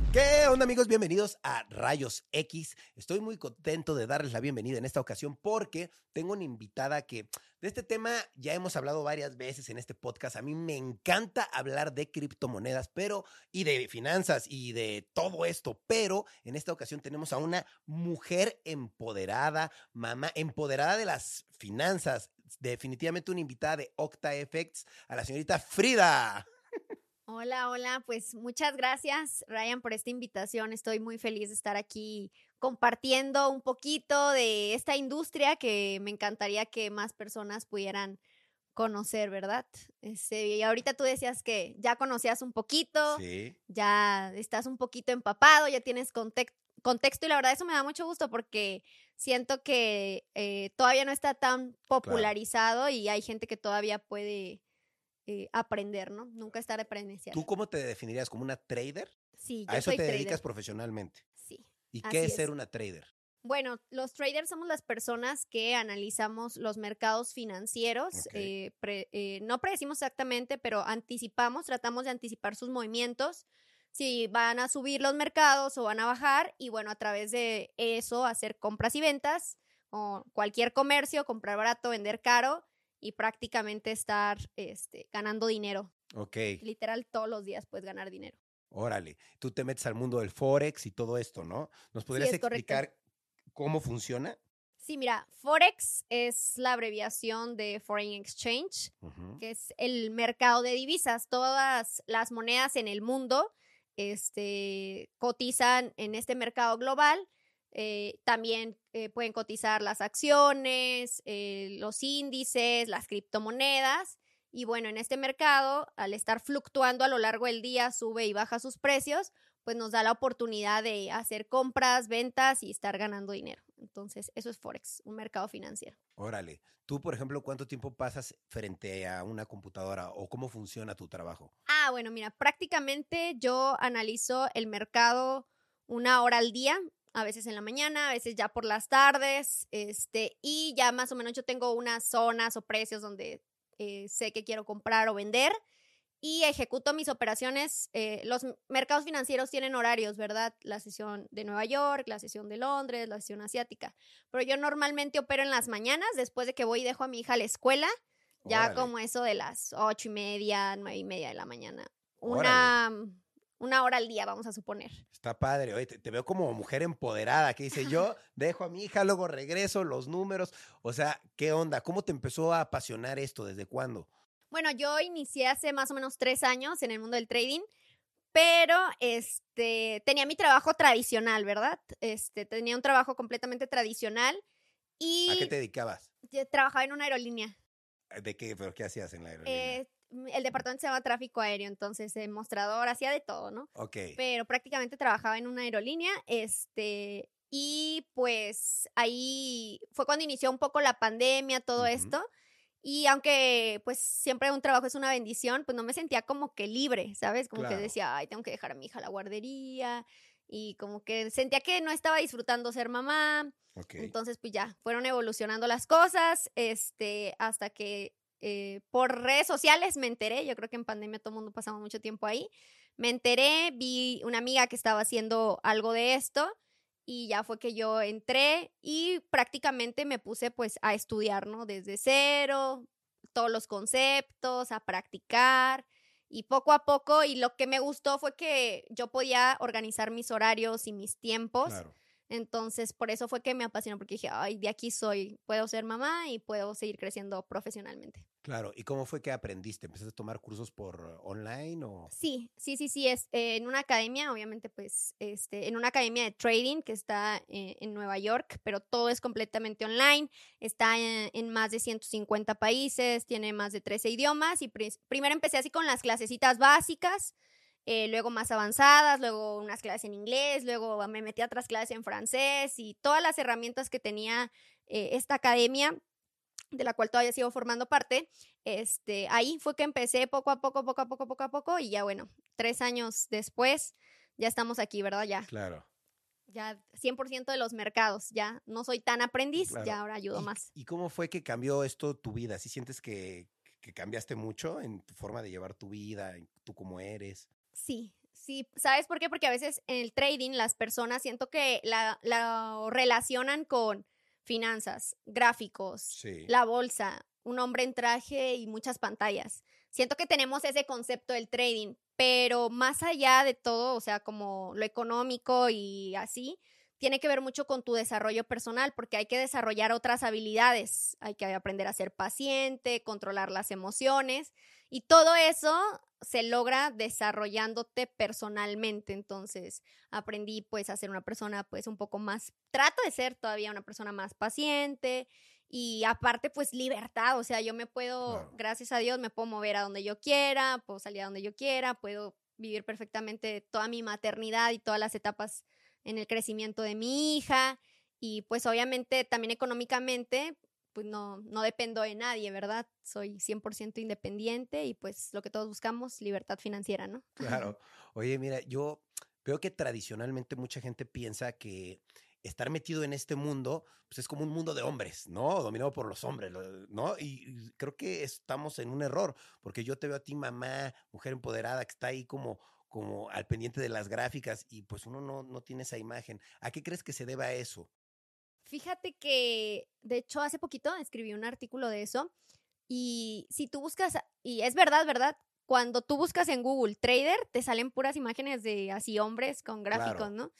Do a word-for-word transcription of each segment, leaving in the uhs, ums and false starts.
¿Qué onda, amigos? Bienvenidos a Rayos X. Estoy muy contento de darles la bienvenida en esta ocasión porque tengo una invitada que de este tema ya hemos hablado varias veces en este podcast. A mí me encanta hablar de criptomonedas, pero y de finanzas y de todo esto, pero en esta ocasión tenemos a una mujer empoderada, mamá empoderada de las finanzas. Definitivamente una invitada de OctaFX, a la señorita Frida. Hola, hola, pues muchas gracias, Ryan, por esta invitación. Estoy muy feliz de estar aquí compartiendo un poquito de esta industria que me encantaría que más personas pudieran conocer, ¿verdad? Este, y ahorita tú decías que ya conocías un poquito, Sí. ya estás un poquito empapado, ya tienes context- contexto y la verdad eso me da mucho gusto porque siento que eh, todavía no está tan popularizado y hay gente que todavía puede eh, aprender, ¿no? Nunca estar de presencial. ¿Tú cómo te definirías? ¿Como una trader? Sí, A yo eso soy te trader. dedicas profesionalmente. Sí, ¿Y qué así es ser es. una trader? Bueno, los traders somos las personas que analizamos los mercados financieros. Ok. eh, pre- eh, no predecimos exactamente, pero anticipamos, tratamos de anticipar sus movimientos, si van a subir los mercados o van a bajar, y bueno, a través de eso hacer compras y ventas, o cualquier comercio, comprar barato, vender caro, y prácticamente estar este, ganando dinero. Ok, Literal, todos los días puedes ganar dinero. órale. Tú te metes al mundo del Forex y todo esto, ¿no? ¿Nos Sí, podrías es correcto. explicar cómo funciona? Sí, mira, Forex es la abreviación de Foreign Exchange, Ujú. que es el mercado de divisas. Todas las monedas en el mundo este, cotizan en este mercado global. Eh, también eh, pueden cotizar las acciones, eh, los índices, las criptomonedas. Y bueno, en este mercado, al estar fluctuando a lo largo del día, sube y baja sus precios, pues nos da la oportunidad de hacer compras, ventas y estar ganando dinero. Entonces, eso es Forex, un mercado financiero. Órale. Tú, por ejemplo, ¿cuánto tiempo pasas frente a una computadora o cómo funciona tu trabajo? Ah, bueno, mira, prácticamente yo analizo el mercado una hora al día, a veces en la mañana, a veces ya por las tardes, este, y ya más o menos yo tengo unas zonas o precios donde eh, sé que quiero comprar o vender y ejecuto mis operaciones. Eh, los mercados financieros tienen horarios, ¿verdad? La sesión de Nueva York, la sesión de Londres, la sesión asiática. Pero yo normalmente opero en las mañanas, después de que voy y dejo a mi hija a la escuela, ya Órale, como eso de las ocho y media, nueve y media de la mañana. órale. Una, una hora al día, vamos a suponer. Está padre. Oye, te, te veo como mujer empoderada que dice, yo dejo a mi hija, luego regreso, los números. O sea, ¿qué onda? ¿Cómo te empezó a apasionar esto? ¿Desde cuándo? Bueno, yo inicié hace más o menos tres años en el mundo del trading. Pero, este, tenía mi trabajo tradicional, ¿verdad? Este, tenía un trabajo completamente tradicional ¿A qué y te dedicabas? yo trabajaba en una aerolínea. ¿De qué? ¿Pero qué hacías en la aerolínea? Eh, el departamento se llama tráfico aéreo, entonces el mostrador hacía de todo, ¿no? Ok. Pero prácticamente trabajaba en una aerolínea, este, y pues ahí fue cuando inició un poco la pandemia, todo Ujú. esto. Y aunque pues siempre un trabajo es una bendición, pues no me sentía como que libre, ¿sabes? Como que Claro. decía, ay, tengo que dejar a mi hija a la guardería y como que sentía que no estaba disfrutando ser mamá. Ok. Entonces pues ya, fueron evolucionando las cosas, este, hasta que eh, por redes sociales me enteré, yo creo que en pandemia todo el mundo pasamos mucho tiempo ahí, me enteré, vi una amiga que estaba haciendo algo de esto y ya fue que yo entré y prácticamente me puse pues a estudiar, ¿no? Desde cero, todos los conceptos, a practicar y poco a poco, y lo que me gustó fue que yo podía organizar mis horarios y mis tiempos. Claro. Entonces, por eso fue que me apasionó, porque dije, ay, de aquí soy, puedo ser mamá y puedo seguir creciendo profesionalmente. Claro. ¿Y cómo fue que aprendiste? ¿Empezaste a tomar cursos por online o...? Sí, sí, sí, sí, es eh, en una academia, obviamente, pues, este, en una academia de trading que está eh, en Nueva York, pero todo es completamente online, está en, en más de ciento cincuenta países, tiene más de trece idiomas y pri- primero empecé así con las clasecitas básicas, eh, luego más avanzadas, luego unas clases en inglés, luego me metí a otras clases en francés y todas las herramientas que tenía eh, esta academia de la cual todavía sigo formando parte, este, ahí fue que empecé poco a poco, poco a poco, poco a poco, y ya bueno, tres años después, ya estamos aquí, ¿verdad? Ya, Claro, ya cien por ciento de los mercados, ya no soy tan aprendiz, claro. ya ahora ayudo ¿Y, más. y cómo fue que cambió esto tu vida? ¿Sí sientes que, que cambiaste mucho en tu forma de llevar tu vida, en tú cómo eres? Sí, Sí, ¿sabes por qué? Porque a veces en el trading las personas siento que la, la relacionan con finanzas, gráficos, Sí. la bolsa, un hombre en traje y muchas pantallas. Siento que tenemos ese concepto del trading, pero más allá de todo, o sea, como lo económico y así, tiene que ver mucho con tu desarrollo personal, porque hay que desarrollar otras habilidades. Hay que aprender a ser paciente, controlar las emociones, y todo eso se logra desarrollándote personalmente. Entonces, aprendí pues a ser una persona pues un poco más, trato de ser todavía una persona más paciente y aparte pues libertad, o sea, yo me puedo, Claro. gracias a Dios, me puedo mover a donde yo quiera, puedo salir a donde yo quiera, puedo vivir perfectamente toda mi maternidad y todas las etapas en el crecimiento de mi hija y pues obviamente también económicamente pues no, no dependo de nadie, ¿verdad? Soy cien por ciento independiente y pues lo que todos buscamos, libertad financiera, ¿no? Claro. Oye, mira, yo veo que tradicionalmente mucha gente piensa que estar metido en este mundo, pues es como un mundo de hombres, ¿no? Dominado por los hombres, lo- ¿no? Y, y creo que estamos en un error, porque yo te veo a ti, mamá, mujer empoderada, que está ahí como, como al pendiente de las gráficas, y pues uno no, no tiene esa imagen. ¿A qué crees que se deba eso? Fíjate que, de hecho, hace poquito escribí un artículo de eso y si tú buscas, y es verdad, ¿verdad? Cuando tú buscas en Google Trader, te salen puras imágenes de así hombres con gráficos, Claro, ¿no?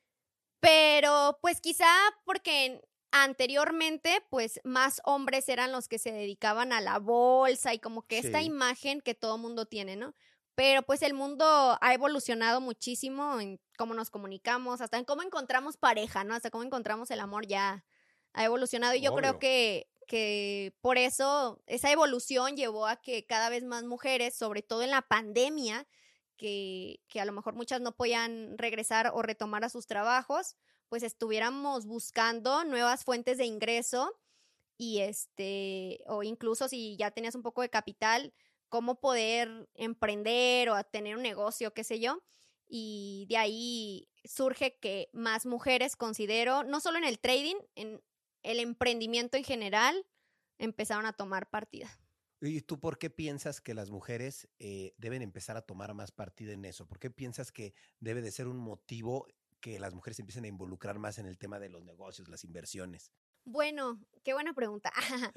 Pero pues quizá porque anteriormente pues más hombres eran los que se dedicaban a la bolsa y como que esta sí, imagen que todo mundo tiene, ¿no? Pero pues el mundo ha evolucionado muchísimo en cómo nos comunicamos, hasta en cómo encontramos pareja, ¿no? Hasta cómo encontramos el amor ya ha evolucionado y yo creo obvio. que, que por eso esa evolución llevó a que cada vez más mujeres, sobre todo en la pandemia, que, que a lo mejor muchas no podían regresar o retomar a sus trabajos, pues estuviéramos buscando nuevas fuentes de ingreso y este, o incluso si ya tenías un poco de capital, cómo poder emprender o a tener un negocio, qué sé yo. Y de ahí surge que más mujeres, considero, no solo en el trading, en el emprendimiento en general, empezaron a tomar partida. ¿Y tú por qué piensas que las mujeres eh, deben empezar a tomar más partido en eso? ¿Por qué piensas que debe de ser un motivo que las mujeres empiecen a involucrar más en el tema de los negocios, las inversiones? Bueno, qué buena pregunta.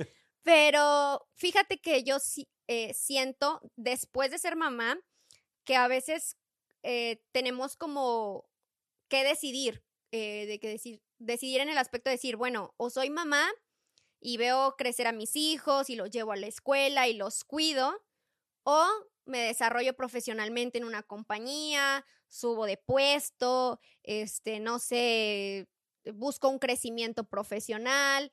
Pero fíjate que yo sí, eh, siento, después de ser mamá, que a veces eh, tenemos como que decidir, eh, de que decir, decidir en el aspecto de decir, bueno, o soy mamá y veo crecer a mis hijos y los llevo a la escuela y los cuido, o me desarrollo profesionalmente en una compañía, subo de puesto, este, no sé, busco un crecimiento profesional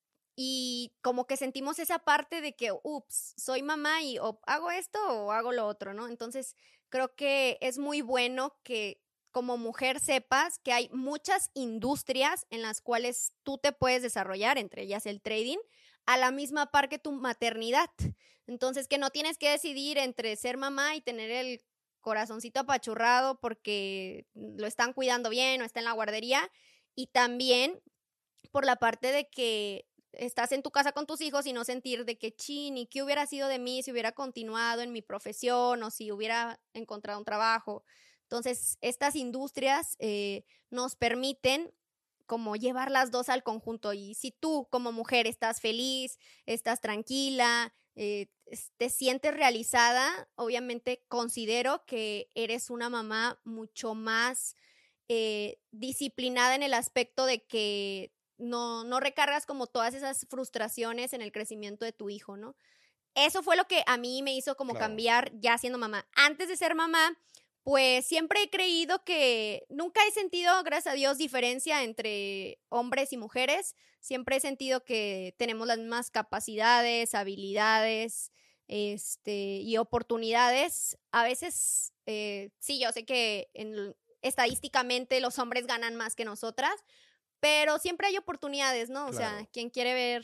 y como que sentimos esa parte de que, ups, soy mamá y o hago esto o hago lo otro, ¿no? Entonces, creo que es muy bueno que como mujer sepas que hay muchas industrias en las cuales tú te puedes desarrollar, entre ellas el trading, a la misma par que tu maternidad. Entonces, que no tienes que decidir entre ser mamá y tener el corazoncito apachurrado porque lo están cuidando bien o está en la guardería. Y también por la parte de que estás en tu casa con tus hijos y no sentir de que, chin, ¿y qué hubiera sido de mí si hubiera continuado en mi profesión o si hubiera encontrado un trabajo? Entonces, estas industrias eh, nos permiten como llevar las dos al conjunto y si tú como mujer estás feliz, estás tranquila, eh, te sientes realizada, obviamente considero que eres una mamá mucho más eh, disciplinada en el aspecto de que no, no recargas como todas esas frustraciones en el crecimiento de tu hijo, ¿no? Eso fue lo que a mí me hizo como Claro. cambiar ya siendo mamá. Antes de ser mamá, pues siempre he creído que nunca he sentido, gracias a Dios, diferencia entre hombres y mujeres. Siempre he sentido que tenemos las mismas capacidades, habilidades, este, y oportunidades. A veces, eh, sí, yo sé que en, estadísticamente los hombres ganan más que nosotras, pero siempre hay oportunidades, ¿no? O sea, Claro. quien quiere ver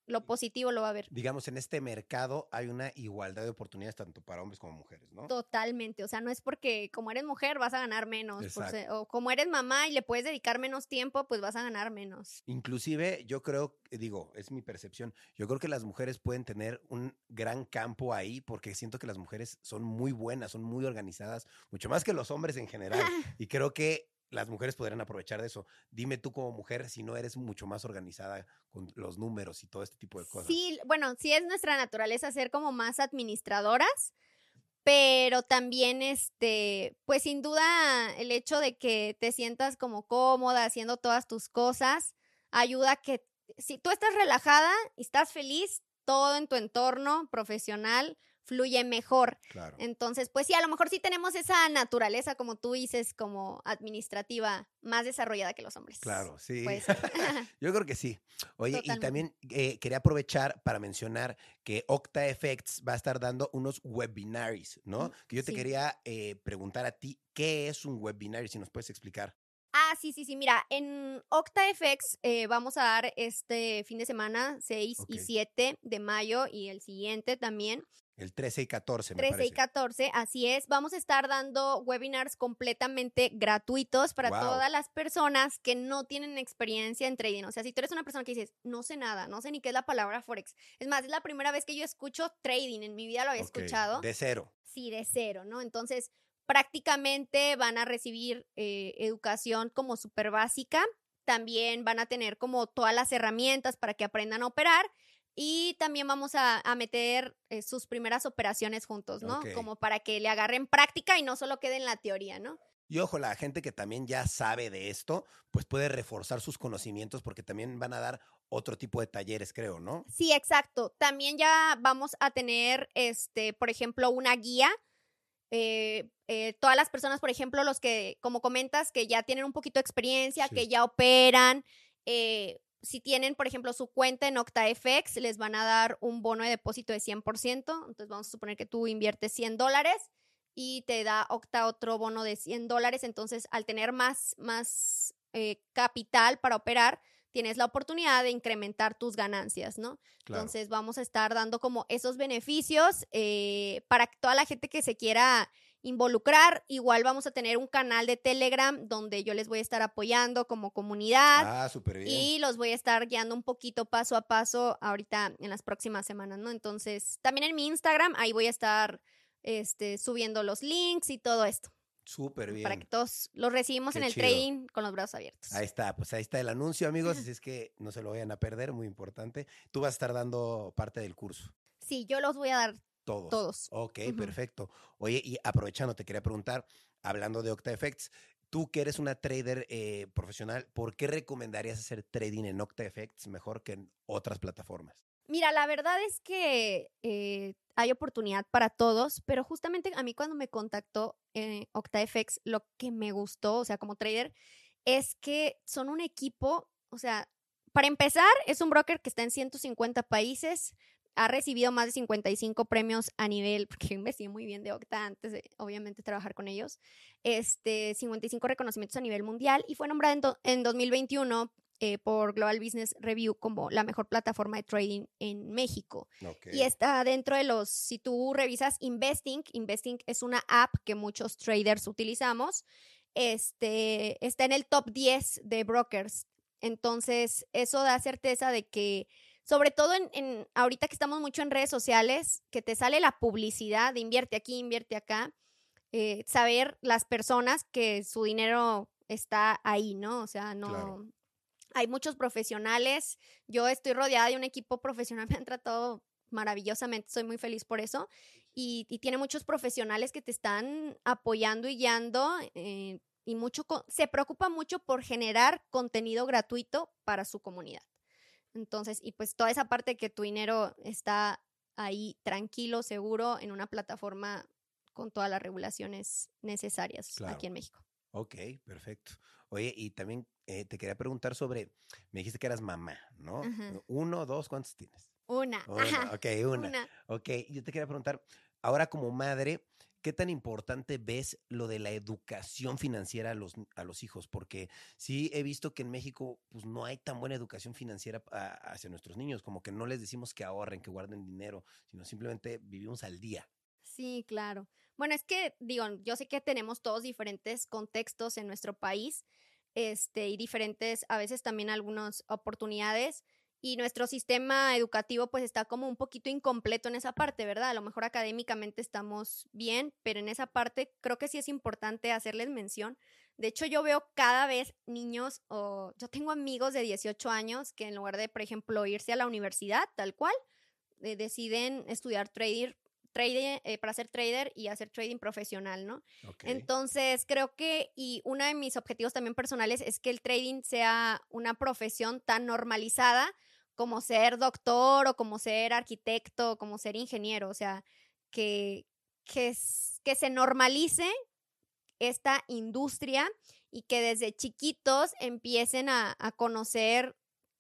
lo positivo lo va a ver. Digamos, en este mercado hay una igualdad de oportunidades tanto para hombres como mujeres, ¿no? Totalmente, o sea, no es porque como eres mujer vas a ganar menos, por Exacto. ser- o como eres mamá y le puedes dedicar menos tiempo, pues vas a ganar menos. Inclusive, yo creo, digo, es mi percepción, yo creo que las mujeres pueden tener un gran campo ahí porque siento que las mujeres son muy buenas, son muy organizadas, mucho más que los hombres en general. Y creo que las mujeres podrían aprovechar de eso. Dime tú como mujer si no eres mucho más organizada con los números y todo este tipo de cosas. Sí, bueno, sí es nuestra naturaleza ser como más administradoras, pero también, este, pues sin duda el hecho de que te sientas como cómoda haciendo todas tus cosas ayuda a que si tú estás relajada y estás feliz, todo en tu entorno profesional fluye mejor. Claro. Entonces, pues sí, a lo mejor sí tenemos esa naturaleza, como tú dices, como administrativa, más desarrollada que los hombres. Claro, sí. Puede ser. Yo creo que sí. Oye, y Totalmente. también eh, quería aprovechar para mencionar que OctaFX va a estar dando unos webinars, ¿no? Que yo te Sí. quería eh, preguntar a ti, ¿qué es un webinar? Si nos puedes explicar. Ah, sí, sí, sí. Mira, en OctaFX eh, vamos a dar este fin de semana, seis Ok. y siete de mayo, y el siguiente también, El trece y catorce, me trece y parece. catorce, así es. Vamos a estar dando webinars completamente gratuitos para Guau. todas las personas que no tienen experiencia en trading. O sea, si tú eres una persona que dices, no sé nada, no sé ni qué es la palabra Forex. Es más, es la primera vez que yo escucho trading, en mi vida lo había Ok, escuchado. de cero. Sí, de cero, ¿no? Entonces, prácticamente van a recibir eh, educación como súper básica. También van a tener como todas las herramientas para que aprendan a operar. Y también vamos a, a meter eh, sus primeras operaciones juntos, ¿no? Ok. Como para que le agarren práctica y no solo quede en la teoría, ¿no? Y ojo, la gente que también ya sabe de esto, pues puede reforzar sus conocimientos porque también van a dar otro tipo de talleres, creo, ¿no? Sí, exacto. También ya vamos a tener, este, por ejemplo, una guía. Eh, eh, todas las personas, por ejemplo, los que, como comentas, que ya tienen un poquito de experiencia, Sí. que ya operan, eh, si tienen, por ejemplo, su cuenta en OctaFX, les van a dar un bono de depósito de cien por ciento. Entonces, vamos a suponer que tú inviertes cien dólares y te da Octa otro bono de cien dólares. Entonces, al tener más, más eh, capital para operar, tienes la oportunidad de incrementar tus ganancias, ¿no? Claro. Entonces vamos a estar dando como esos beneficios eh, para toda la gente que se quiera involucrar. Igual vamos a tener un canal de Telegram donde yo les voy a estar apoyando como comunidad. Ah, súper bien. Y los voy a estar guiando un poquito paso a paso ahorita en las próximas semanas, ¿no? Entonces, también en mi Instagram, ahí voy a estar este, subiendo los links y todo esto. Súper bien. Para que todos los recibimos Qué en el chido. trading con los brazos abiertos. Ahí está, pues ahí está el anuncio, amigos, así es que no se lo vayan a perder, muy importante. Tú vas a estar dando parte del curso. Sí, yo los voy a dar Todos. todos. Ok, Ujú. perfecto. Oye, y aprovechando, te quería preguntar, hablando de OctaFX, tú que eres una trader eh, profesional, ¿por qué recomendarías hacer trading en OctaFX mejor que en otras plataformas? Mira, la verdad es que eh, hay oportunidad para todos, pero justamente a mí cuando me contactó eh, OctaFX, lo que me gustó, o sea, como trader, es que son un equipo, o sea, para empezar, es un broker que está en ciento cincuenta países, ha recibido más de cincuenta y cinco premios a nivel, porque yo investigué muy bien de Octa antes de, obviamente, trabajar con ellos, este, cincuenta y cinco reconocimientos a nivel mundial y fue nombrada en, do, en dos mil veintiuno eh, por Global Business Review como la mejor plataforma de trading en México. Okay. Y está dentro de los, si tú revisas Investing, Investing es una app que muchos traders utilizamos, este, está en el top diez de brokers. Entonces, eso da certeza de que, sobre todo en, en ahorita que estamos mucho en redes sociales, que te sale la publicidad de invierte aquí, invierte acá, eh, saber las personas que su dinero está ahí, ¿no? O sea, no... Claro. Hay muchos profesionales, yo estoy rodeada de un equipo profesional, me han tratado maravillosamente, soy muy feliz por eso, y, y tiene muchos profesionales que te están apoyando y guiando, eh, y mucho se preocupa mucho por generar contenido gratuito para su comunidad. Entonces, y pues toda esa parte que tu dinero está ahí tranquilo, seguro, en una plataforma con todas las regulaciones necesarias Claro. aquí en México. Ok, perfecto. Oye, y también eh, te quería preguntar sobre, me dijiste que eras mamá, ¿no? Ajá. Uno, dos, ¿cuántos tienes? Una. Una, Ajá. ok, una. Una. Ok, yo te quería preguntar, ahora como madre, ¿qué tan importante ves lo de la educación financiera a los, a los hijos? Porque sí he visto que en México pues no hay tan buena educación financiera a- hacia nuestros niños, como que no les decimos que ahorren, que guarden dinero, sino simplemente vivimos al día. Sí, claro. Bueno, es que digo, yo sé que tenemos todos diferentes contextos en nuestro país, este, y diferentes, a veces también algunas oportunidades, y nuestro sistema educativo pues está como un poquito incompleto en esa parte, ¿verdad? A lo mejor académicamente estamos bien, pero en esa parte creo que sí es importante hacerles mención. De hecho, yo veo cada vez niños, o yo tengo amigos de dieciocho años que en lugar de, por ejemplo, irse a la universidad, tal cual, eh, deciden estudiar trading, trading eh, para ser trader y hacer trading profesional, ¿no? Ok. Entonces, creo que, y uno de mis objetivos también personales es que el trading sea una profesión tan normalizada como ser doctor o como ser arquitecto o como ser ingeniero, o sea, que, que, que se normalice esta industria y que desde chiquitos empiecen a, a conocer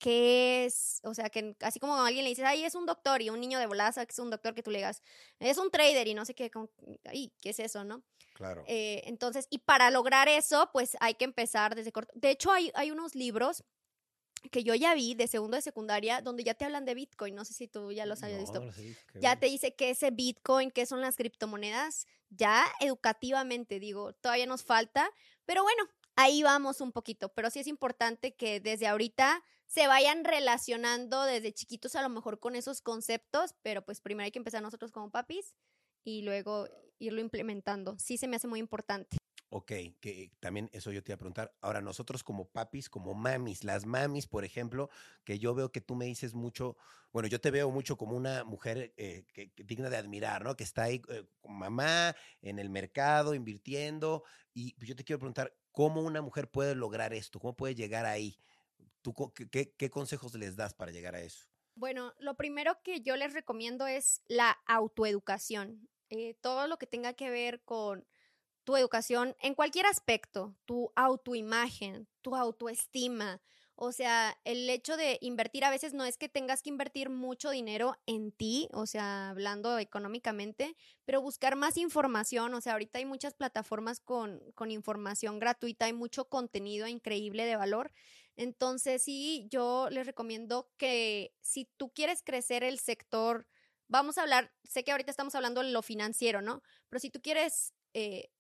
qué es, o sea, que así como alguien le dice, ay, es un doctor, y un niño de volada sabe que es un doctor, que tú le digas, es un trader, y no sé qué, como, ay, ¿qué es eso, no? Claro. Eh, entonces, y para lograr eso, pues hay que empezar desde corto. De hecho, hay, hay unos libros que yo ya vi de segundo de secundaria donde ya te hablan de Bitcoin, no sé si tú ya los habías No, visto. no lo sé, qué Ya bien. te dice qué es el Bitcoin, qué son las criptomonedas, ya educativamente, digo, todavía nos falta, pero bueno, ahí vamos un poquito, pero sí es importante que desde ahorita se vayan relacionando desde chiquitos a lo mejor con esos conceptos, pero pues primero hay que empezar nosotros como papis y luego irlo implementando. Sí se me hace muy importante. Ok, que también eso yo te iba a preguntar. Ahora, nosotros como papis, como mamis, las mamis, por ejemplo, que yo veo que tú me dices mucho, bueno, yo te veo mucho como una mujer eh, que, que digna de admirar, ¿no? Que está ahí eh, como mamá en el mercado, invirtiendo. Y yo te quiero preguntar, ¿cómo una mujer puede lograr esto? ¿Cómo puede llegar ahí? ¿Tú co- qué, qué- qué consejos les das para llegar a eso? Bueno, lo primero que yo les recomiendo es la autoeducación. Eh, todo lo que tenga que ver con tu educación en cualquier aspecto, tu autoimagen, tu autoestima. O sea, el hecho de invertir a veces no es que tengas que invertir mucho dinero en ti, o sea, hablando económicamente, pero buscar más información. O sea, ahorita hay muchas plataformas con, con información gratuita, hay mucho contenido increíble de valor. Entonces, sí, yo les recomiendo que si tú quieres crecer el sector, vamos a hablar, sé que ahorita estamos hablando de lo financiero, ¿no? Pero si tú quieres eh,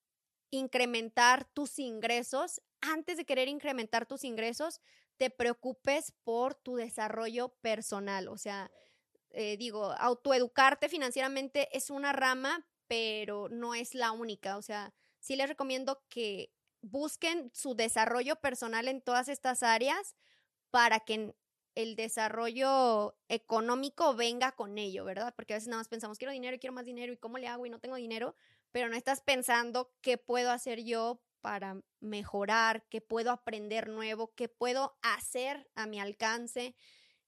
incrementar tus ingresos, antes de querer incrementar tus ingresos, te preocupes por tu desarrollo personal. O sea, eh, digo, autoeducarte financieramente es una rama, pero no es la única. O sea, sí les recomiendo que busquen su desarrollo personal en todas estas áreas para que el desarrollo económico venga con ello, ¿verdad? Porque a veces nada más pensamos, quiero dinero, quiero más dinero, ¿y cómo le hago? Y no tengo dinero, pero no estás pensando qué puedo hacer yo para mejorar, qué puedo aprender nuevo, qué puedo hacer a mi alcance,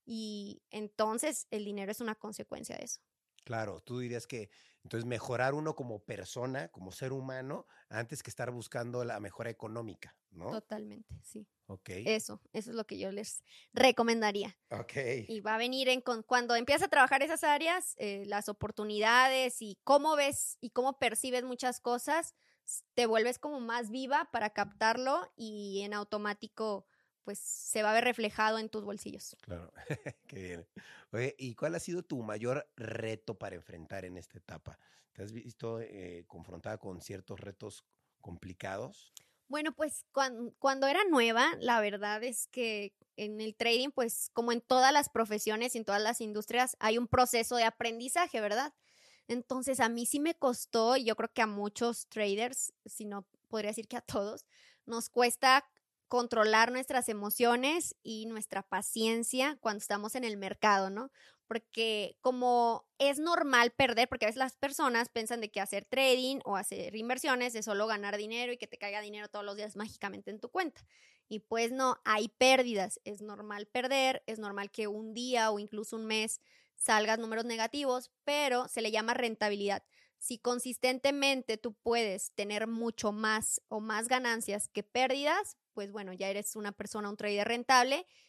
y entonces el dinero es una consecuencia de eso. Claro, tú dirías que entonces mejorar uno como persona, como ser humano, antes que estar buscando la mejora económica, ¿no? Totalmente, sí. Ok, Eso, eso es lo que yo les recomendaría. ok, Y va a venir en con, cuando empiezas a trabajar esas áreas, eh, las oportunidades y cómo ves y cómo percibes muchas cosas, s- te vuelves como más viva para captarlo y en automático pues se va a ver reflejado en tus bolsillos. claro, qué bien. Oye, ¿y cuál ha sido tu mayor reto para enfrentar en esta etapa? ¿Te has visto eh, confrontada con ciertos retos complicados? Bueno, pues cuan- cuando era nueva, la verdad es que en el trading, pues como en todas las profesiones y en todas las industrias, hay un proceso de aprendizaje, ¿verdad? Entonces a mí sí me costó, y yo creo que a muchos traders, si no podría decir que a todos, nos cuesta controlar nuestras emociones y nuestra paciencia cuando estamos en el mercado, ¿no? Porque como es normal perder, porque a veces las personas piensan de que hacer trading o hacer inversiones es solo ganar dinero y que te caiga dinero todos los días mágicamente en tu cuenta. Y pues no, hay pérdidas, es normal perder, es normal que un día o incluso un mes salgas números negativos, pero se le llama rentabilidad. Si consistentemente tú puedes tener mucho más o más ganancias que pérdidas, pues bueno, ya eres una persona, un trader rentable,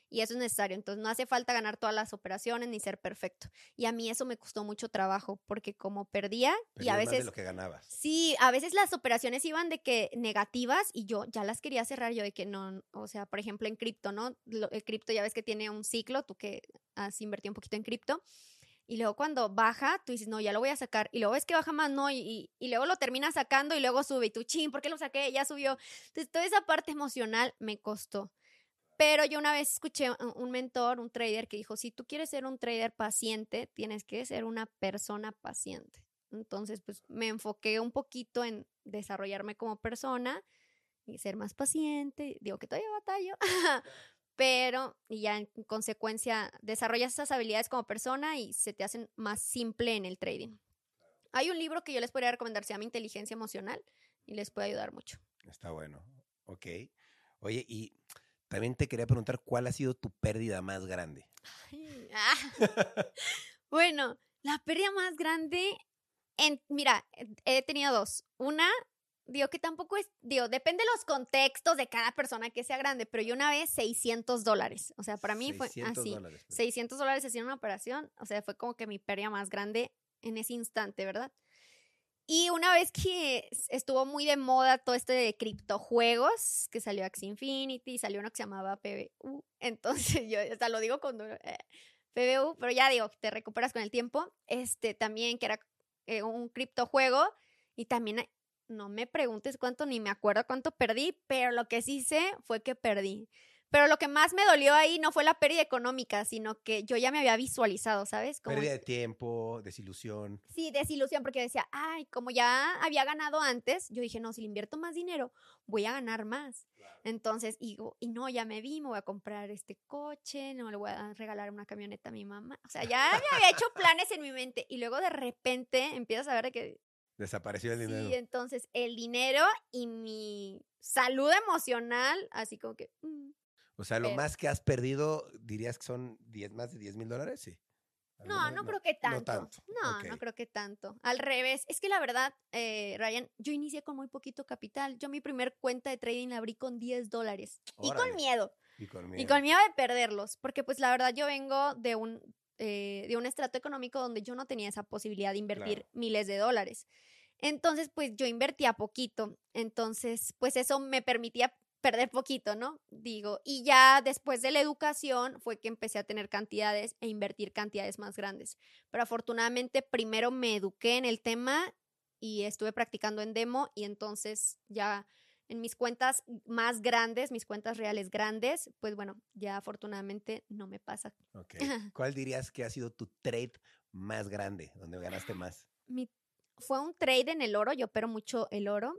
y eso es necesario. Entonces no hace falta ganar todas las operaciones ni ser perfecto. Y a mí eso me costó mucho trabajo porque como perdía Perdías y a más veces... de lo que ganabas. Sí, a veces las operaciones iban de que negativas y yo ya las quería cerrar, yo de que no, o sea, por ejemplo en cripto, ¿no? Lo- el cripto ya ves que tiene un ciclo, tú que has invertido un poquito en cripto, y luego cuando baja, tú dices, no, ya lo voy a sacar, y luego ves que baja más, no, y, y, y luego lo terminas sacando y luego sube, y tú, chin, ¿por qué lo saqué? Ya subió. Entonces toda esa parte emocional me costó. Pero yo una vez escuché un un mentor, un trader, que dijo, si tú quieres ser un trader paciente, tienes que ser una persona paciente. Entonces, pues me enfoqué un poquito en desarrollarme como persona y ser más paciente. Digo que todavía batallo, pero y ya en consecuencia desarrollas esas habilidades como persona y se te hacen más simple en el trading. Hay un libro que yo les podría recomendar, se llama Inteligencia Emocional y les puede ayudar mucho. Está bueno. Ok. Oye, y también te quería preguntar cuál ha sido tu pérdida más grande. Ay, ah. Bueno, la pérdida más grande, en, mira, he tenido dos. Una, digo que tampoco es, digo, depende de los contextos de cada persona que sea grande, pero yo una vez seiscientos dólares, o sea, para mí fue seiscientos así, dólares. Pues. seiscientos dólares haciendo una operación, o sea, fue como que mi pérdida más grande en ese instante, ¿verdad? Y una vez que estuvo muy de moda todo este de criptojuegos, que salió Axie Infinity, salió uno que se llamaba P B U, entonces yo hasta lo digo con eh, P B U, pero ya digo, te recuperas con el tiempo, este también que era eh, un criptojuego, y también, eh, no me preguntes cuánto, ni me acuerdo cuánto perdí, pero lo que sí sé fue que perdí. Pero lo que más me dolió ahí no fue la pérdida económica, sino que yo ya me había visualizado, ¿sabes? Como pérdida de tiempo, desilusión. Sí, desilusión, porque decía, ay, como ya había ganado antes, yo dije, no, si le invierto más dinero, voy a ganar más. Claro. Entonces, y, y no, ya me vi, me voy a comprar este coche, no le voy a regalar una camioneta a mi mamá. O sea, ya me había hecho planes en mi mente. Y luego de repente empiezas a ver de que... Desapareció el sí, dinero. Sí, entonces el dinero y mi salud emocional, así como que... Mm, o sea, lo pero... más que has perdido, dirías que son diez, más de diez mil dólares, sí. No, no creo que tanto. No tanto. No, okay. no creo que tanto. Al revés, es que la verdad, eh, Ryan, yo inicié con muy poquito capital. Yo mi primer cuenta de trading la abrí con diez dólares. Y con miedo. Y con miedo. Y con miedo de perderlos. Porque pues la verdad yo vengo de un, eh, de un estrato económico donde yo no tenía esa posibilidad de invertir claro. miles de dólares. Entonces, pues yo invertía poquito. Entonces, pues eso me permitía perder poquito, ¿no? Digo, y ya después de la educación fue que empecé a tener cantidades e invertir cantidades más grandes. Pero afortunadamente primero me eduqué en el tema y estuve practicando en demo y entonces ya en mis cuentas más grandes, mis cuentas reales grandes, pues bueno, ya afortunadamente no me pasa. Okay. ¿Cuál dirías que ha sido tu trade más grande, donde ganaste más? Mi, fue un trade en el oro, yo opero mucho el oro.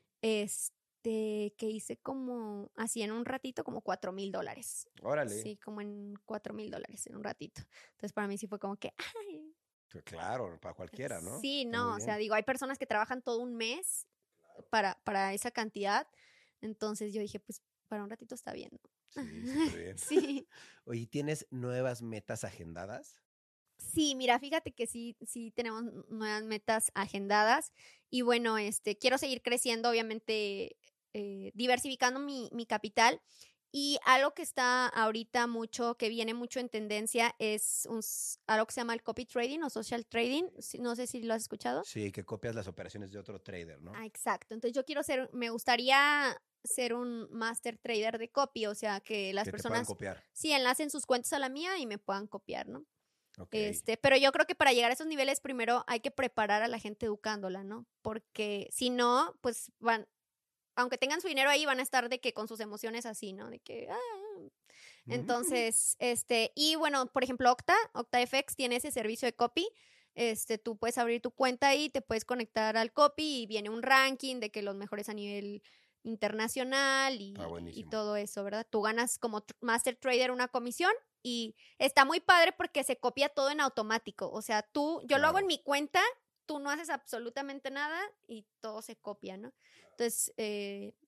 Este De que hice como así en un ratito como cuatro mil dólares. Órale. Sí, como en cuatro mil dólares en un ratito. Entonces para mí sí fue como que, ay. Claro, para cualquiera, ¿no? Sí, no, o sea, digo, hay personas que trabajan todo un mes claro. para, para esa cantidad. Entonces yo dije, pues para un ratito está bien, ¿no? Sí, súper bien. Sí. Oye, ¿tienes nuevas metas agendadas? Sí, mira, fíjate que sí, sí tenemos nuevas metas agendadas y bueno, este, quiero seguir creciendo, obviamente, eh, diversificando mi, mi capital y algo que está ahorita mucho, que viene mucho en tendencia es un, algo que se llama el copy trading o social trading, no sé si lo has escuchado. Sí, que copias las operaciones de otro trader, ¿no? Ah, exacto, entonces yo quiero ser, me gustaría ser un master trader de copy, o sea, que las que personas te puedan copiar. Sí, enlacen sus cuentas a la mía y me puedan copiar, ¿no? Okay. Este, pero yo creo que para llegar a esos niveles primero hay que preparar a la gente educándola, ¿no? Porque si no, pues van, aunque tengan su dinero ahí, van a estar de que con sus emociones así, ¿no? De que, ah. Entonces, este, y bueno, por ejemplo, Octa, OctaFX tiene ese servicio de copy. Este, tú puedes abrir tu cuenta ahí, te puedes conectar al copy y viene un ranking de que los mejores a nivel internacional y, y todo eso, ¿verdad? Tú ganas como master trader una comisión y está muy padre porque se copia todo en automático. O sea, tú, yo claro. lo hago en mi cuenta, tú no haces absolutamente nada y todo se copia, ¿no? Entonces, eh,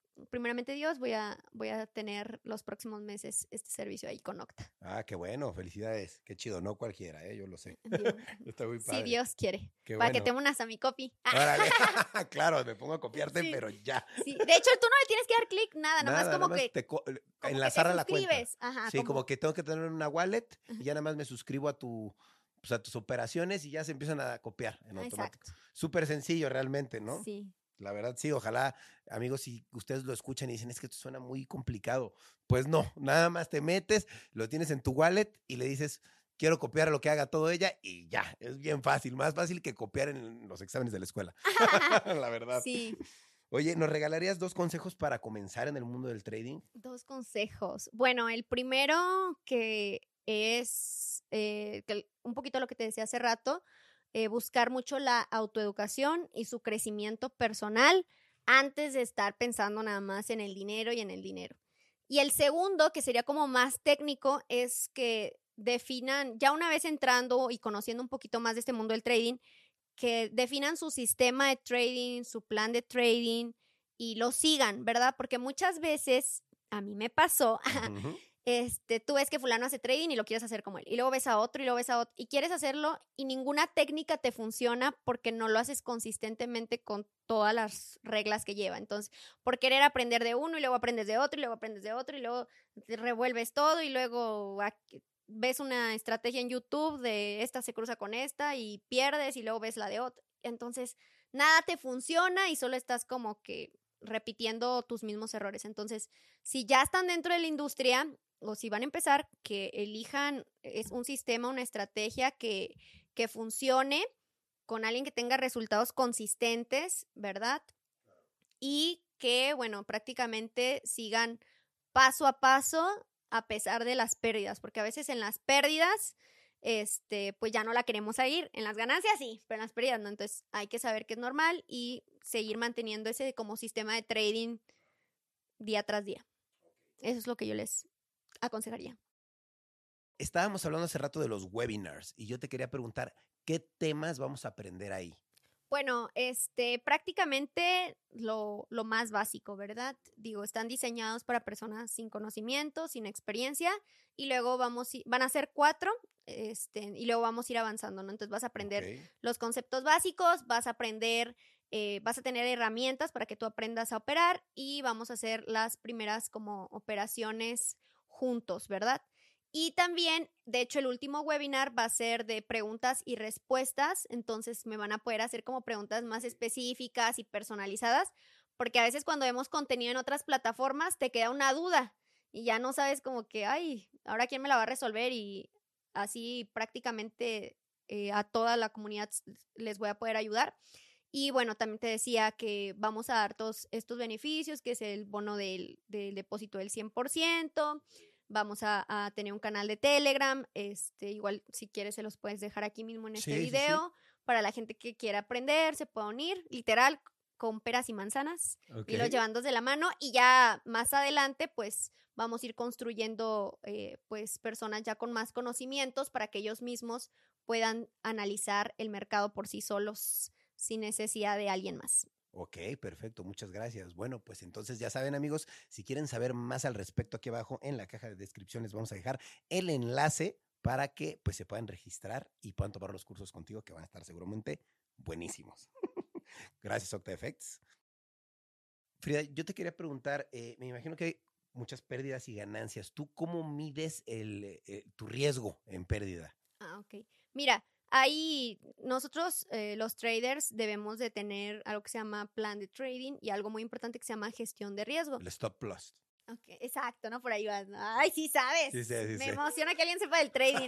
primeramente Dios, voy a, voy a tener los próximos meses este servicio ahí con Okta. Ah, qué bueno, felicidades. Qué chido, no cualquiera, ¿eh? Yo lo sé. Digo, Está muy padre. si Dios quiere. Qué para bueno. que te unas a mi copy. Órale. Claro, me pongo a copiarte, Sí, pero ya. sí. De hecho, tú no le tienes que dar clic, nada, Nada, nomás como nada más que, te co- como enlazar que a te la cuenta. suscribes. Ajá, Sí, como... como, que tengo que tener una wallet Ajá. y ya nada más me suscribo a tu, pues, a tus operaciones y ya se empiezan a copiar en automático. Exacto. Súper sencillo realmente, ¿no? Sí. La verdad, sí, ojalá, amigos, si ustedes lo escuchan y dicen, es que esto suena muy complicado. Pues no, nada más te metes, lo tienes en tu wallet y le dices, quiero copiar lo que haga todo ella y ya, es bien fácil, más fácil que copiar en los exámenes de la escuela. La verdad. Sí. Oye, ¿nos regalarías dos consejos para comenzar en el mundo del trading? Dos consejos. Bueno, el primero que es eh, que un poquito lo que te decía hace rato, eh, buscar mucho la autoeducación y su crecimiento personal antes de estar pensando nada más en el dinero y en el dinero. Y el segundo, que sería como más técnico, es que definan, ya una vez entrando y conociendo un poquito más de este mundo del trading, que definan su sistema de trading, su plan de trading y lo sigan, ¿verdad? Porque muchas veces, a mí me pasó, Ujú. este, tú ves que fulano hace trading y lo quieres hacer como él, y luego ves a otro y luego ves a otro, y quieres hacerlo y ninguna técnica te funciona porque no lo haces consistentemente con todas las reglas que lleva. Entonces, por querer aprender de uno y luego aprendes de otro y luego aprendes de otro y luego te revuelves todo y luego aquí, ves una estrategia en YouTube de esta se cruza con esta y pierdes y luego ves la de otra. Entonces, nada te funciona y solo estás como que repitiendo tus mismos errores. Entonces, si ya están dentro de la industria o si van a empezar, que elijan es un sistema, una estrategia que, que funcione con alguien que tenga resultados consistentes, ¿verdad? Y que, bueno, prácticamente sigan paso a paso a pesar de las pérdidas, porque a veces en las pérdidas, este, pues ya no la queremos seguir. En las ganancias sí, pero en las pérdidas no. Entonces hay que saber que es normal y seguir manteniendo ese como sistema de trading día tras día. Eso es lo que yo les aconsejaría. Estábamos hablando hace rato de los webinars y yo te quería preguntar, ¿qué temas vamos a aprender ahí? Bueno, este, prácticamente lo, lo más básico, ¿verdad? Digo, están diseñados para personas sin conocimiento, sin experiencia, y luego vamos, van a ser cuatro, este, y luego vamos a ir avanzando, ¿no? Entonces vas a aprender Okay. los conceptos básicos, vas a aprender, eh, vas a tener herramientas para que tú aprendas a operar y vamos a hacer las primeras como operaciones juntos, ¿verdad? Y también, de hecho, el último webinar va a ser de preguntas y respuestas, entonces me van a poder hacer como preguntas más específicas y personalizadas, porque a veces cuando vemos contenido en otras plataformas te queda una duda y ya no sabes como que, ay, ¿ahora quién me la va a resolver? Y así prácticamente eh, a toda la comunidad les voy a poder ayudar. Y bueno, también te decía que vamos a dar todos estos beneficios, que es el bono del, del depósito del cien por ciento. Vamos a, a tener un canal de Telegram, este, igual si quieres se los puedes dejar aquí mismo en este Sí, sí, video, sí. para la gente que quiera aprender, se pueda unir, literal, con peras y manzanas, Ok. y los llevando de la mano, y ya más adelante, pues, vamos a ir construyendo, eh, pues, personas ya con más conocimientos para que ellos mismos puedan analizar el mercado por sí solos, sin necesidad de alguien más. Ok, perfecto, muchas gracias. Bueno, pues entonces ya saben, amigos, si quieren saber más al respecto, aquí abajo en la caja de descripción les vamos a dejar el enlace para que pues se puedan registrar y puedan tomar los cursos contigo, que van a estar seguramente buenísimos. Gracias, OctaFX. Frida, yo te quería preguntar, eh, me imagino que hay muchas pérdidas y ganancias. ¿Tú cómo mides el, eh, tu riesgo en pérdida? Ah, ok. Mira, ahí nosotros eh, los traders debemos de tener algo que se llama plan de trading y algo muy importante que se llama gestión de riesgo. El stop loss. Ok, exacto, ¿no? Por ahí vas, ¿no? Ay, sí sabes. Sí, sí, sí, Me sí. emociona que alguien sepa del trading.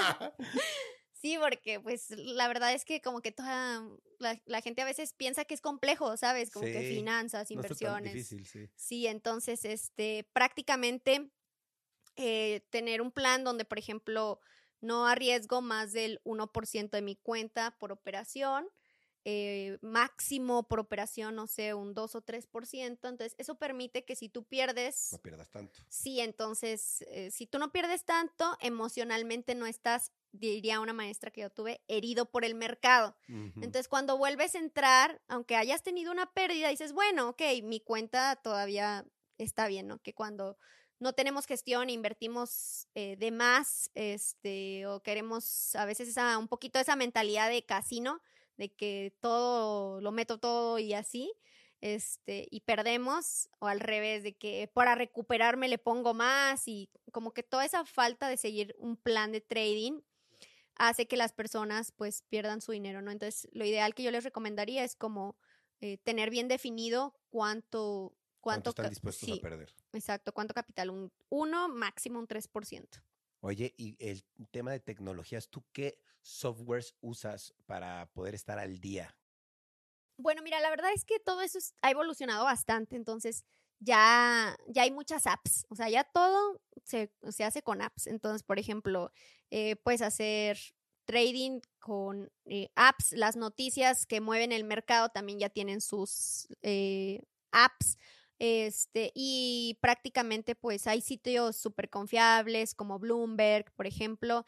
Sí, porque pues la verdad es que como que toda la, la gente a veces piensa que es complejo, ¿sabes? Como que Sí, finanzas, no está tan inversiones. difícil, sí. Sí, entonces, este, prácticamente eh, tener un plan donde, por ejemplo, no arriesgo más del uno por ciento de mi cuenta por operación. eh, máximo por operación, no sé, un dos o tres por ciento. Entonces, eso permite que si tú pierdes... No pierdas tanto. Sí, entonces, eh, si tú no pierdes tanto, emocionalmente no estás, diría una maestra que yo tuve, herido por el mercado. Uh-huh. Entonces, cuando vuelves a entrar, aunque hayas tenido una pérdida, dices, bueno, ok, mi cuenta todavía está bien, ¿no? Que cuando no tenemos gestión, invertimos eh, de más, este, o queremos a veces esa, un poquito esa mentalidad de casino, de que todo, lo meto todo y así, este, y perdemos, o al revés, de que para recuperarme le pongo más, y como que toda esa falta de seguir un plan de trading hace que las personas pues pierdan su dinero, ¿no? Entonces, lo ideal que yo les recomendaría es como eh, tener bien definido cuánto... ¿Cuánto ¿Cuánto están ca- dispuestos sí, a perder? exacto, cuánto capital, un uno, máximo un tres por ciento. Oye, y el tema de tecnologías, ¿tú qué softwares usas para poder estar al día? Bueno, mira, la verdad es que todo eso es- ha evolucionado bastante, entonces ya, ya hay muchas apps, o sea, ya todo se, se hace con apps. Entonces, por ejemplo, eh, puedes hacer trading con eh, apps, las noticias que mueven el mercado también ya tienen sus eh, apps. Este, y prácticamente pues hay sitios súper confiables como Bloomberg, por ejemplo.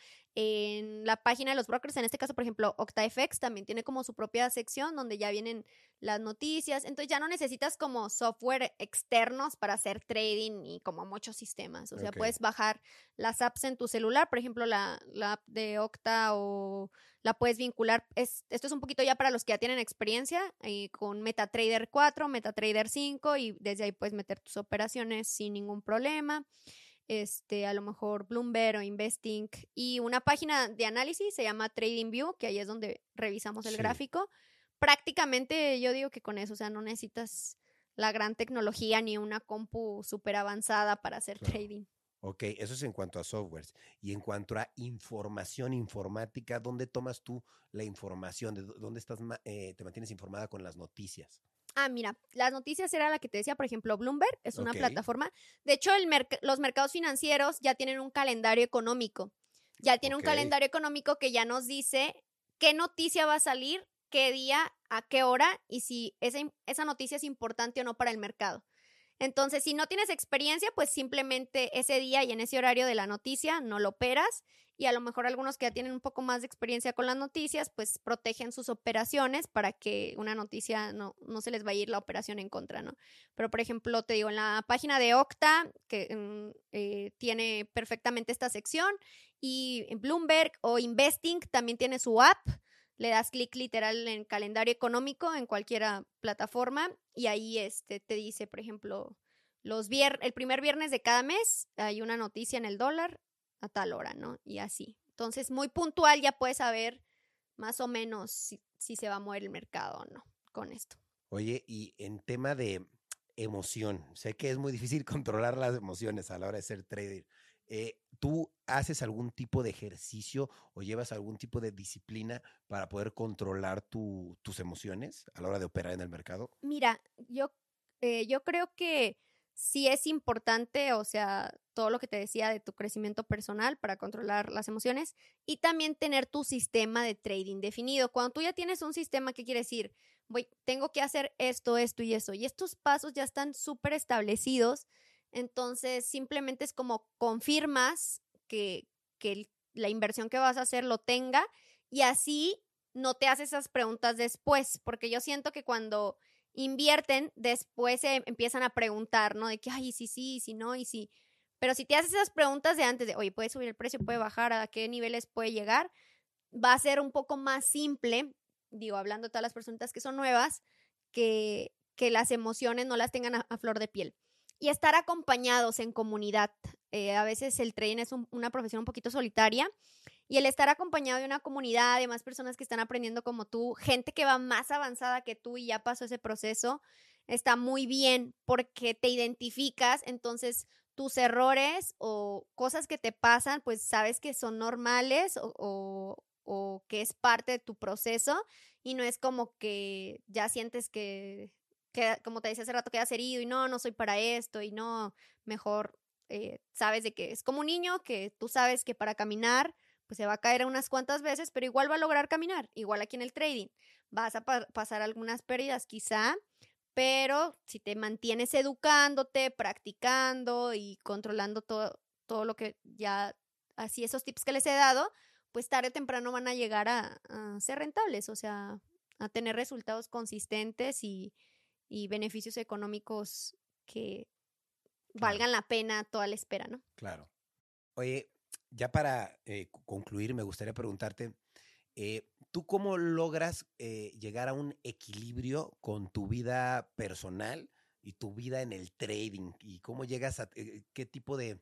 En la página de los brokers, en este caso, por ejemplo, OctaFX también tiene como su propia sección donde ya vienen las noticias. Entonces ya no necesitas como software externos para hacer trading y como muchos sistemas. O sea, Ok. puedes bajar las apps en tu celular, por ejemplo, la, la app de Octa, o la puedes vincular. Es, esto es un poquito ya para los que ya tienen experiencia eh, con MetaTrader cuatro, MetaTrader cinco, y desde ahí puedes meter tus operaciones sin ningún problema. Este, a lo mejor Bloomberg o Investing, y una página de análisis se llama TradingView, que ahí es donde revisamos el Sí. gráfico. Prácticamente yo digo que con eso, o sea, no necesitas la gran tecnología ni una compu súper avanzada para hacer Claro. trading. Ok, eso es en cuanto a softwares. Y en cuanto a información informática, ¿dónde tomas tú la información? ¿De dónde estás, eh, te mantienes informada con las noticias? Ah, mira, las noticias era la que te decía, por ejemplo, Bloomberg es una Ok. plataforma. De hecho, el merc- los mercados financieros ya tienen un calendario económico. Ya tiene Ok. un calendario económico que ya nos dice qué noticia va a salir, qué día, a qué hora, y si esa, im- esa noticia es importante o no para el mercado. Entonces, si no tienes experiencia, pues simplemente ese día y en ese horario de la noticia no lo operas, y a lo mejor algunos que ya tienen un poco más de experiencia con las noticias, pues protegen sus operaciones para que una noticia no, no se les vaya a ir la operación en contra, ¿no? Pero, por ejemplo, te digo, en la página de Octa, que mm, eh, tiene perfectamente esta sección, y en Bloomberg o Investing también tiene su app. Le das clic literal en calendario económico en cualquier plataforma, y ahí este, te dice, por ejemplo, los vier el primer viernes de cada mes hay una noticia en el dólar a tal hora, ¿no? Y así. Entonces, muy puntual, ya puedes saber más o menos si, si se va a mover el mercado o no con esto. Oye, y en tema de emoción, sé que es muy difícil controlar las emociones a la hora de ser trader. Eh, ¿Tú haces algún tipo de ejercicio o llevas algún tipo de disciplina para poder controlar tu, tus emociones a la hora de operar en el mercado? Mira, yo, eh, yo creo que sí es importante, o sea, todo lo que te decía de tu crecimiento personal para controlar las emociones, y también tener tu sistema de trading definido. Cuando tú ya tienes un sistema, ¿qué quiere decir? Voy, tengo que hacer esto, esto y eso, y estos pasos ya están súper establecidos. Entonces simplemente es como confirmas que, que el- la inversión que vas a hacer lo tenga, y así no te haces esas preguntas después, porque yo siento que cuando invierten, después se empiezan a preguntar, ¿no? De que, ay, sí, sí, sí, no, y sí. Pero si te haces esas preguntas de antes, de, oye, ¿puede subir el precio? ¿Puede bajar? ¿A qué niveles puede llegar? Va a ser un poco más simple, digo, hablando de todas las personas que son nuevas, que, que las emociones no las tengan a, a flor de piel. Y estar acompañados en comunidad. Eh, a veces el trading es un, una profesión un poquito solitaria, y el estar acompañado de una comunidad, de más personas que están aprendiendo como tú, gente que va más avanzada que tú y ya pasó ese proceso, está muy bien porque te identificas. Entonces tus errores o cosas que te pasan, pues sabes que son normales, o, o, o que es parte de tu proceso, y no es como que ya sientes que, que como te decía hace rato, quedas herido y no, no soy para esto, y no, mejor eh, sabes de que es como un niño que tú sabes que para caminar pues se va a caer unas cuantas veces, pero igual va a lograr caminar. Igual aquí en el trading. Vas a pa- pasar algunas pérdidas quizá, pero si te mantienes educándote, practicando y controlando todo, todo lo que ya, así esos tips que les he dado, pues tarde o temprano van a llegar a, a ser rentables, o sea, a tener resultados consistentes y, y beneficios económicos que Claro, valgan la pena toda la espera, ¿no? claro. Oye, ya para eh, cu- concluir, me gustaría preguntarte, eh, ¿tú cómo logras eh, llegar a un equilibrio con tu vida personal y tu vida en el trading? ¿Y cómo llegas a eh, qué tipo de,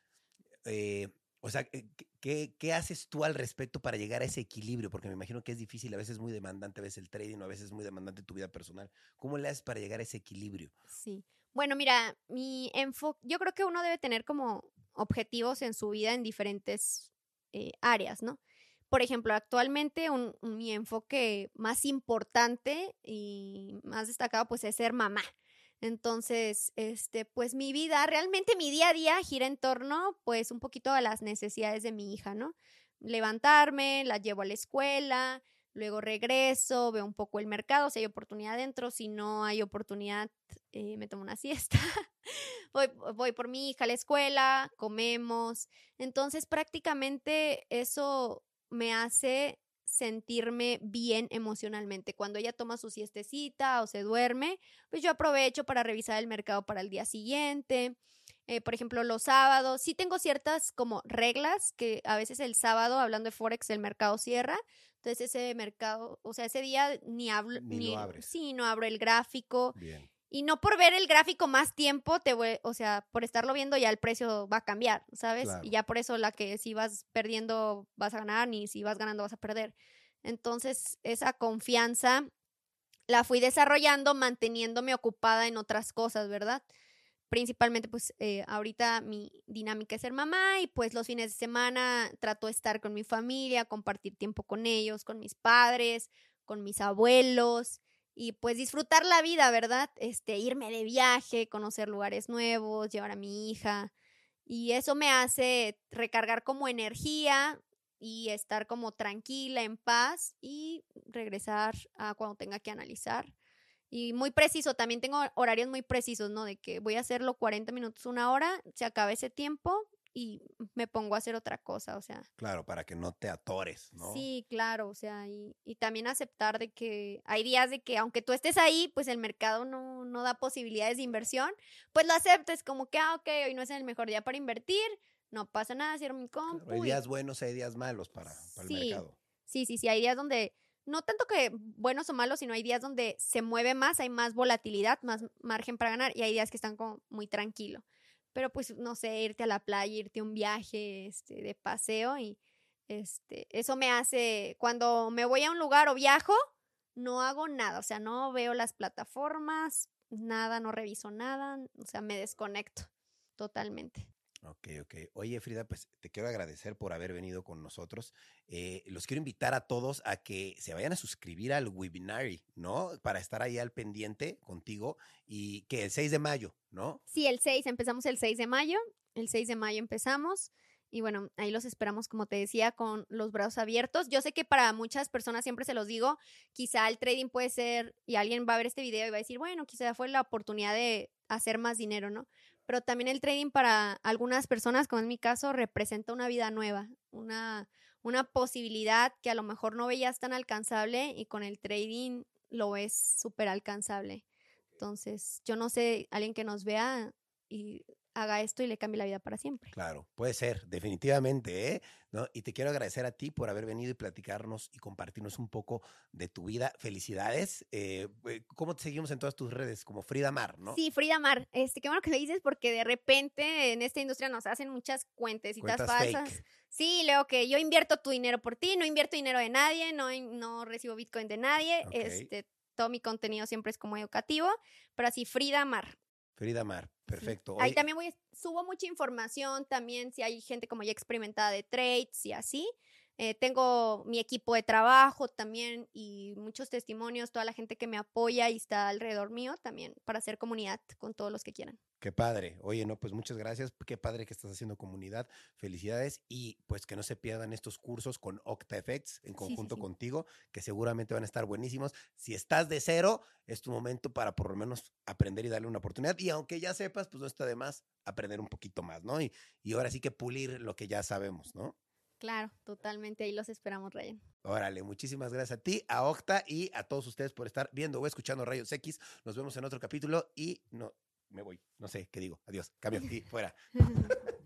eh, o sea, eh, qué, qué- qué haces tú al respecto para llegar a ese equilibrio? Porque me imagino que es difícil, a veces muy demandante, a veces el trading, o a veces muy demandante tu vida personal. ¿Cómo le haces para llegar a ese equilibrio? Sí. Bueno, mira, mi enfoque, yo creo que uno debe tener como objetivos en su vida en diferentes eh, áreas, ¿no? Por ejemplo, actualmente un, un- mi enfoque más importante y más destacado pues es ser mamá. Entonces, este, pues mi vida, realmente mi día a día gira en torno pues un poquito a las necesidades de mi hija, ¿no? Levantarme, la llevo a la escuela, luego regreso, veo un poco el mercado, si hay oportunidad dentro, si no hay oportunidad, eh, me tomo una siesta. voy, voy por mi hija a la escuela, comemos. Entonces, prácticamente eso me hace sentirme bien emocionalmente. Cuando ella toma su siestecita o se duerme, pues yo aprovecho para revisar el mercado para el día siguiente. Eh, por ejemplo, los sábados, sí tengo ciertas como reglas que a veces el sábado, hablando de Forex, el mercado cierra. Entonces ese mercado, o sea, ese día ni hablo, Ni lo ni, abres. sí, no abro el gráfico. Bien, Y no por ver el gráfico más tiempo, te voy, o sea, por estarlo viendo ya el precio va a cambiar, ¿sabes? Y claro. ya por eso la que si vas perdiendo vas a ganar, ni si vas ganando vas a perder. Entonces, esa confianza la fui desarrollando manteniéndome ocupada en otras cosas, ¿verdad? Principalmente, pues eh, ahorita mi dinámica es ser mamá y pues los fines de semana trato de estar con mi familia, compartir tiempo con ellos, con mis padres, con mis abuelos y pues disfrutar la vida, ¿verdad? Este, irme de viaje, conocer lugares nuevos, llevar a mi hija y eso me hace recargar como energía y estar como tranquila, en paz y regresar a cuando tenga que analizar y muy preciso, también tengo horarios muy precisos, ¿no? De que voy a hacerlo cuarenta minutos, una hora, se acaba ese tiempo y me pongo a hacer otra cosa, o sea. Claro, para que no te atores, ¿no? Sí, claro, o sea, y, y también aceptar de que hay días de que aunque tú estés ahí, pues el mercado no, no da posibilidades de inversión, pues lo aceptes como que, ah, ok, hoy no es el mejor día para invertir, no pasa nada, cierro mi Claro, hay compu y días buenos, hay días malos para, para el sí, mercado. sí, sí, sí, hay días donde, no tanto que buenos o malos, sino hay días donde se mueve más, hay más volatilidad, más margen para ganar, y hay días que están como muy tranquilo. Pero pues, no sé, irte a la playa, irte a un viaje, este, de paseo, y este, eso me hace, cuando me voy a un lugar o viajo, no hago nada, o sea, no veo las plataformas, nada, no reviso nada, o sea, me desconecto totalmente. Ok, ok. Oye, Frida, pues te quiero agradecer por haber venido con nosotros. Eh, los quiero invitar a todos a que se vayan a suscribir al webinar, ¿no? Para estar ahí al pendiente contigo y que el seis de mayo, ¿no? Sí, el seis, empezamos el seis de mayo. El seis de mayo empezamos. Y bueno, ahí los esperamos, como te decía, con los brazos abiertos. Yo sé que para muchas personas, siempre se los digo, quizá el trading puede ser, y alguien va a ver este video y va a decir, bueno, quizá fue la oportunidad de hacer más dinero, ¿no? Pero también el trading para algunas personas, como en mi caso, representa una vida nueva, una, una posibilidad que a lo mejor no veías tan alcanzable y con el trading lo ves súper alcanzable. Entonces, yo no sé, alguien que nos vea y haga esto y le cambie la vida para siempre. Claro, puede ser, definitivamente, ¿eh? ¿No? Y te quiero agradecer a ti por haber venido y platicarnos y compartirnos un poco de tu vida. Felicidades. Eh, eh, ¿cómo te seguimos en todas tus redes? Como Frida Mar, ¿no? Sí, Frida Mar, este, qué bueno que lo dices porque de repente en esta industria nos hacen muchas cuentecitas Cuentas falsas. fake. Sí, leo que yo invierto tu dinero por ti, no invierto dinero de nadie, no, no recibo Bitcoin de nadie, Ok. este, todo mi contenido siempre es como educativo, pero así Frida Mar. Frida Mar, Sí. perfecto. Ahí Oye, también voy, subo mucha información, también si hay gente como ya experimentada de trades y así. Eh, tengo mi equipo de trabajo también y muchos testimonios, toda la gente que me apoya y está alrededor mío también para hacer comunidad con todos los que quieran. Qué padre. Oye, no, pues muchas gracias. Qué padre que estás haciendo comunidad. Felicidades. Y pues que no se pierdan estos cursos con OctaFX en Sí, sí, conjunto sí. contigo, que seguramente van a estar buenísimos. Si estás de cero, es tu momento para por lo menos aprender y darle una oportunidad. Y aunque ya sepas, pues no está de más aprender un poquito más, ¿no? Y, y ahora sí que pulir lo que ya sabemos, ¿no? Claro, totalmente. Ahí los esperamos, Ryan. Órale, muchísimas gracias a ti, a Octa y a todos ustedes por estar viendo o escuchando Rayos X. Nos vemos en otro capítulo y no, me voy. No sé qué digo. Adiós. Cambio y fuera.